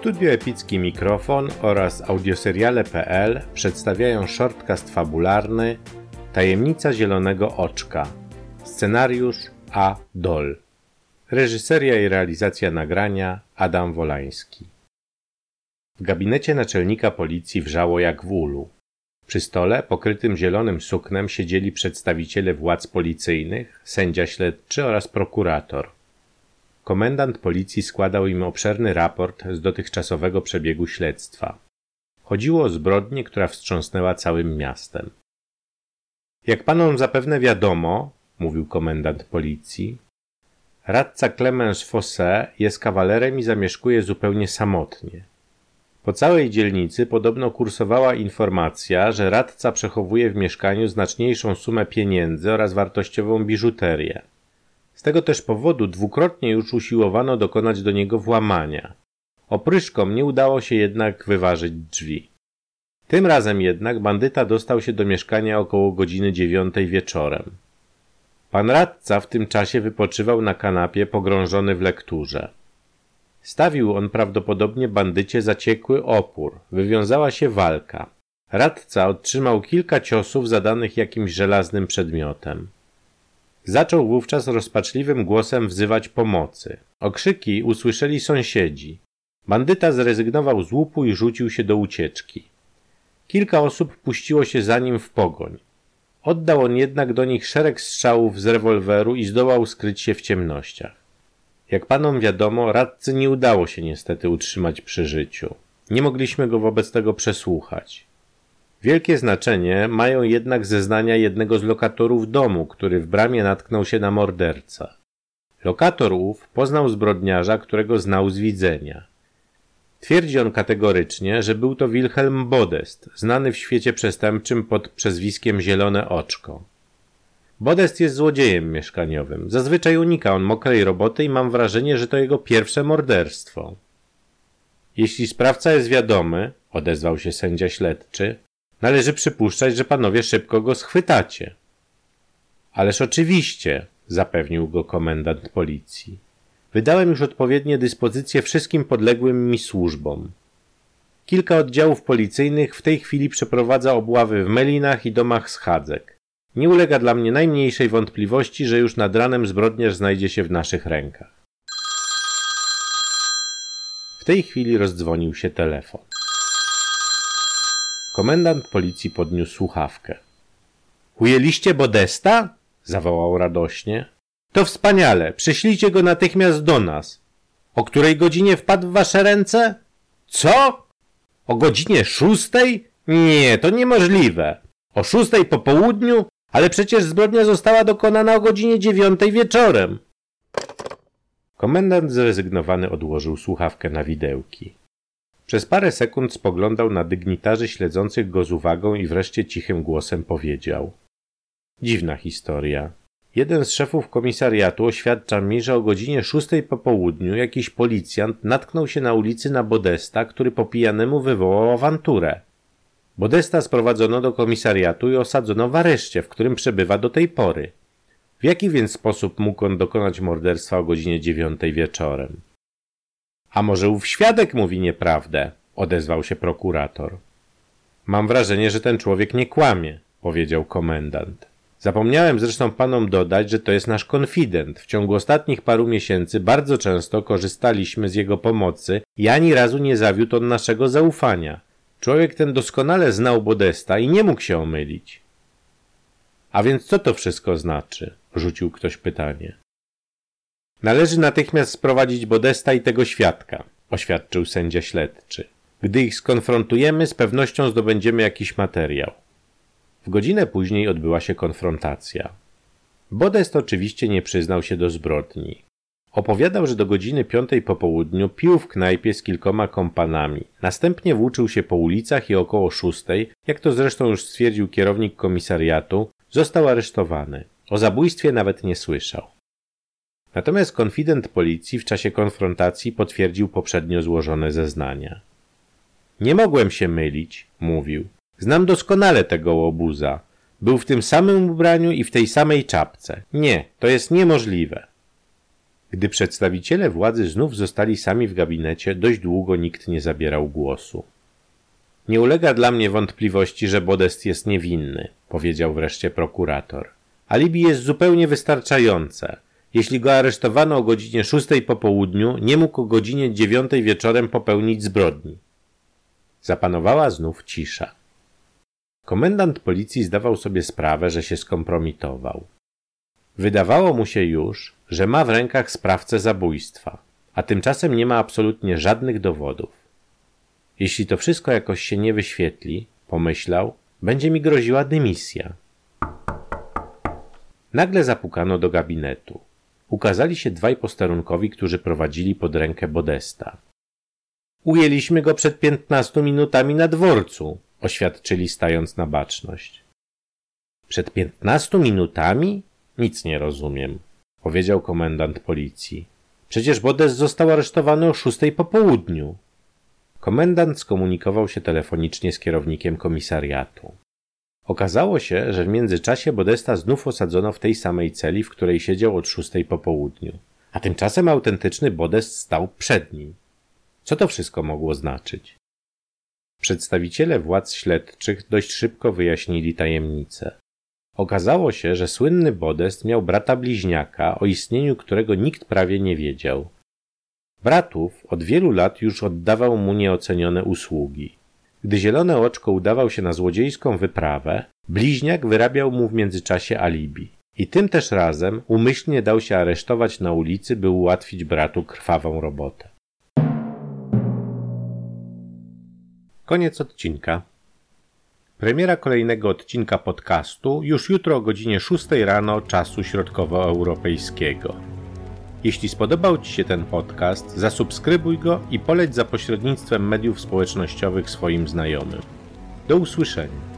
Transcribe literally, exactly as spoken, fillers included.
Studio Epicki Mikrofon oraz audioseriale kropka pe el przedstawiają shortcast fabularny Tajemnica Zielonego Oczka. Scenariusz A. Dol. Reżyseria i realizacja nagrania Adam Wolański. W gabinecie naczelnika policji wrzało jak w ulu. Przy stole pokrytym zielonym suknem siedzieli przedstawiciele władz policyjnych, sędzia śledczy oraz prokurator. Komendant policji składał im obszerny raport z dotychczasowego przebiegu śledztwa. Chodziło o zbrodnię, która wstrząsnęła całym miastem. Jak panom zapewne wiadomo, mówił komendant policji, radca Clemens Fosse jest kawalerem i zamieszkuje zupełnie samotnie. Po całej dzielnicy podobno kursowała informacja, że radca przechowuje w mieszkaniu znaczniejszą sumę pieniędzy oraz wartościową biżuterię. Z tego też powodu dwukrotnie już usiłowano dokonać do niego włamania. Opryszkom nie udało się jednak wyważyć drzwi. Tym razem jednak bandyta dostał się do mieszkania około godziny dziewiątej wieczorem. Pan radca w tym czasie wypoczywał na kanapie pogrążony w lekturze. Stawił on prawdopodobnie bandycie zaciekły opór. Wywiązała się walka. Radca otrzymał kilka ciosów zadanych jakimś żelaznym przedmiotem. Zaczął wówczas rozpaczliwym głosem wzywać pomocy. Okrzyki usłyszeli sąsiedzi. Bandyta zrezygnował z łupu i rzucił się do ucieczki. Kilka osób puściło się za nim w pogoń. Oddał on jednak do nich szereg strzałów z rewolweru i zdołał skryć się w ciemnościach. Jak panom wiadomo, radcy nie udało się niestety utrzymać przy życiu. Nie mogliśmy go wobec tego przesłuchać. Wielkie znaczenie mają jednak zeznania jednego z lokatorów domu, który w bramie natknął się na mordercę. Lokator ów poznał zbrodniarza, którego znał z widzenia. Twierdzi on kategorycznie, że był to Wilhelm Bodest, znany w świecie przestępczym pod przezwiskiem Zielone Oczko. Bodest jest złodziejem mieszkaniowym. Zazwyczaj unika on mokrej roboty i mam wrażenie, że to jego pierwsze morderstwo. Jeśli sprawca jest wiadomy, odezwał się sędzia śledczy, należy przypuszczać, że panowie szybko go schwytacie. Ależ oczywiście, zapewnił go komendant policji. Wydałem już odpowiednie dyspozycje wszystkim podległym mi służbom. Kilka oddziałów policyjnych w tej chwili przeprowadza obławy w Melinach i domach schadzek. Nie ulega dla mnie najmniejszej wątpliwości, że już nad ranem zbrodniarz znajdzie się w naszych rękach. W tej chwili rozdzwonił się telefon. Komendant policji podniósł słuchawkę. Ujęliście Bodesta? Zawołał radośnie. To wspaniale, przyślijcie go natychmiast do nas. O której godzinie wpadł w wasze ręce? Co? O godzinie szóstej? Nie, to niemożliwe. O szóstej po południu? Ale przecież zbrodnia została dokonana o godzinie dziewiątej wieczorem. Komendant zrezygnowany odłożył słuchawkę na widełki. Przez parę sekund spoglądał na dygnitarzy śledzących go z uwagą i wreszcie cichym głosem powiedział. Dziwna historia. Jeden z szefów komisariatu oświadcza mi, że o godzinie szóstej po południu jakiś policjant natknął się na ulicy na Bodesta, który po pijanemu wywołał awanturę. Bodesta sprowadzono do komisariatu i osadzono w areszcie, w którym przebywa do tej pory. W jaki więc sposób mógł on dokonać morderstwa o godzinie dziewiątej wieczorem? A może ów świadek mówi nieprawdę? Odezwał się prokurator. Mam wrażenie, że ten człowiek nie kłamie, powiedział komendant. Zapomniałem zresztą panom dodać, że to jest nasz konfident. W ciągu ostatnich paru miesięcy bardzo często korzystaliśmy z jego pomocy i ani razu nie zawiódł on naszego zaufania. Człowiek ten doskonale znał Bodesta i nie mógł się omylić. A więc co to wszystko znaczy? Rzucił ktoś pytanie. Należy natychmiast sprowadzić Bodesta i tego świadka, oświadczył sędzia śledczy. Gdy ich skonfrontujemy, z pewnością zdobędziemy jakiś materiał. W godzinę później odbyła się konfrontacja. Bodest oczywiście nie przyznał się do zbrodni. Opowiadał, że do godziny piątej po południu pił w knajpie z kilkoma kompanami. Następnie włóczył się po ulicach i około szóstej, jak to zresztą już stwierdził kierownik komisariatu, został aresztowany. O zabójstwie nawet nie słyszał. Natomiast konfident policji w czasie konfrontacji potwierdził poprzednio złożone zeznania. Nie mogłem się mylić, mówił. Znam doskonale tego łobuza. Był w tym samym ubraniu i w tej samej czapce. Nie, to jest niemożliwe. Gdy przedstawiciele władzy znów zostali sami w gabinecie, dość długo nikt nie zabierał głosu. Nie ulega dla mnie wątpliwości, że Bodest jest niewinny, powiedział wreszcie prokurator. Alibi jest zupełnie wystarczające. Jeśli go aresztowano o godzinie szóstej po południu, nie mógł o godzinie dziewiątej wieczorem popełnić zbrodni. Zapanowała znów cisza. Komendant policji zdawał sobie sprawę, że się skompromitował. Wydawało mu się już, że ma w rękach sprawcę zabójstwa, a tymczasem nie ma absolutnie żadnych dowodów. Jeśli to wszystko jakoś się nie wyświetli, pomyślał, będzie mi groziła dymisja. Nagle zapukano do gabinetu. Ukazali się dwaj posterunkowi, którzy prowadzili pod rękę Bodesta. Ujęliśmy go przed piętnastu minutami na dworcu, oświadczyli stając na baczność. Przed piętnastu minutami? Nic nie rozumiem, powiedział komendant policji. Przecież Bodest został aresztowany o szóstej po południu. Komendant skomunikował się telefonicznie z kierownikiem komisariatu. Okazało się, że w międzyczasie Bodesta znów osadzono w tej samej celi, w której siedział od szóstej po południu. A tymczasem autentyczny Bodest stał przed nim. Co to wszystko mogło znaczyć? Przedstawiciele władz śledczych dość szybko wyjaśnili tajemnicę. Okazało się, że słynny Bodest miał brata bliźniaka, o istnieniu którego nikt prawie nie wiedział. Bratów od wielu lat już oddawał mu nieocenione usługi. Gdy Zielone Oczko udawał się na złodziejską wyprawę, bliźniak wyrabiał mu w międzyczasie alibi. I tym też razem umyślnie dał się aresztować na ulicy, by ułatwić bratu krwawą robotę. Koniec odcinka. Premiera kolejnego odcinka podcastu już jutro o godzinie szóstej rano czasu środkowoeuropejskiego. Jeśli spodobał Ci się ten podcast, zasubskrybuj go i poleć za pośrednictwem mediów społecznościowych swoim znajomym. Do usłyszenia.